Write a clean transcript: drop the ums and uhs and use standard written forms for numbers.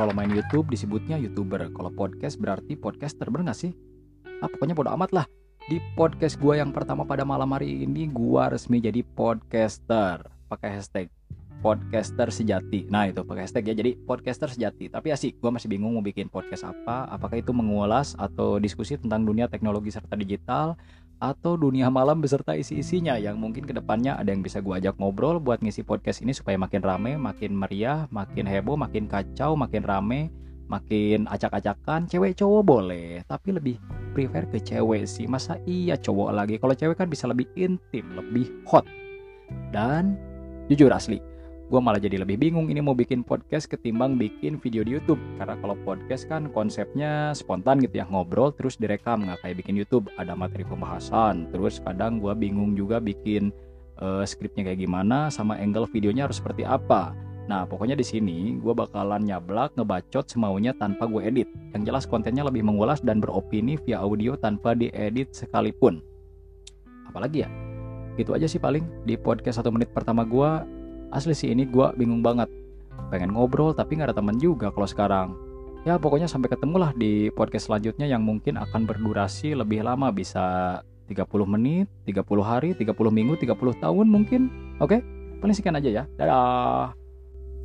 Kalau main YouTube disebutnya YouTuber. Kalau podcast berarti podcaster, bener gak sih? Pokoknya bodo amat lah. Di podcast gue yang pertama pada malam hari ini, gue resmi jadi podcaster. Pakai hashtag podcaster sejati. Nah itu pakai hashtag ya, jadi podcaster sejati. Tapi asik, gue masih bingung mau bikin podcast apa. Apakah itu mengulas atau diskusi tentang dunia teknologi serta digital, atau dunia malam beserta isi-isinya yang mungkin kedepannya ada yang bisa gue ajak ngobrol buat ngisi podcast ini supaya makin rame, makin meriah, makin heboh, makin kacau, makin rame, makin acak-acakan. Cewek cowok boleh, tapi lebih prefer ke cewek sih. Masa iya cowok lagi? Kalau cewek kan bisa lebih intim, lebih hot. Dan jujur asli, gue malah jadi lebih bingung ini mau bikin podcast ketimbang bikin video di YouTube. Karena kalau podcast kan konsepnya spontan gitu ya, ngobrol terus direkam, nggak kayak bikin YouTube ada materi pembahasan. Terus kadang gue bingung juga bikin skripnya kayak gimana, sama angle videonya harus seperti apa. Nah pokoknya di sini gue bakalan nyablak, ngebacot semaunya tanpa gue edit. Yang jelas kontennya lebih mengulas dan beropini via audio tanpa diedit sekalipun. Apalagi ya, gitu aja sih paling di podcast 1 menit pertama gue. Asli sih ini gue bingung banget. Pengen ngobrol tapi gak ada teman juga kalau sekarang. Ya pokoknya sampai ketemu lah di podcast selanjutnya yang mungkin akan berdurasi lebih lama. Bisa 30 menit, 30 hari, 30 minggu, 30 tahun mungkin. Oke, paling sekian aja ya. Dadah.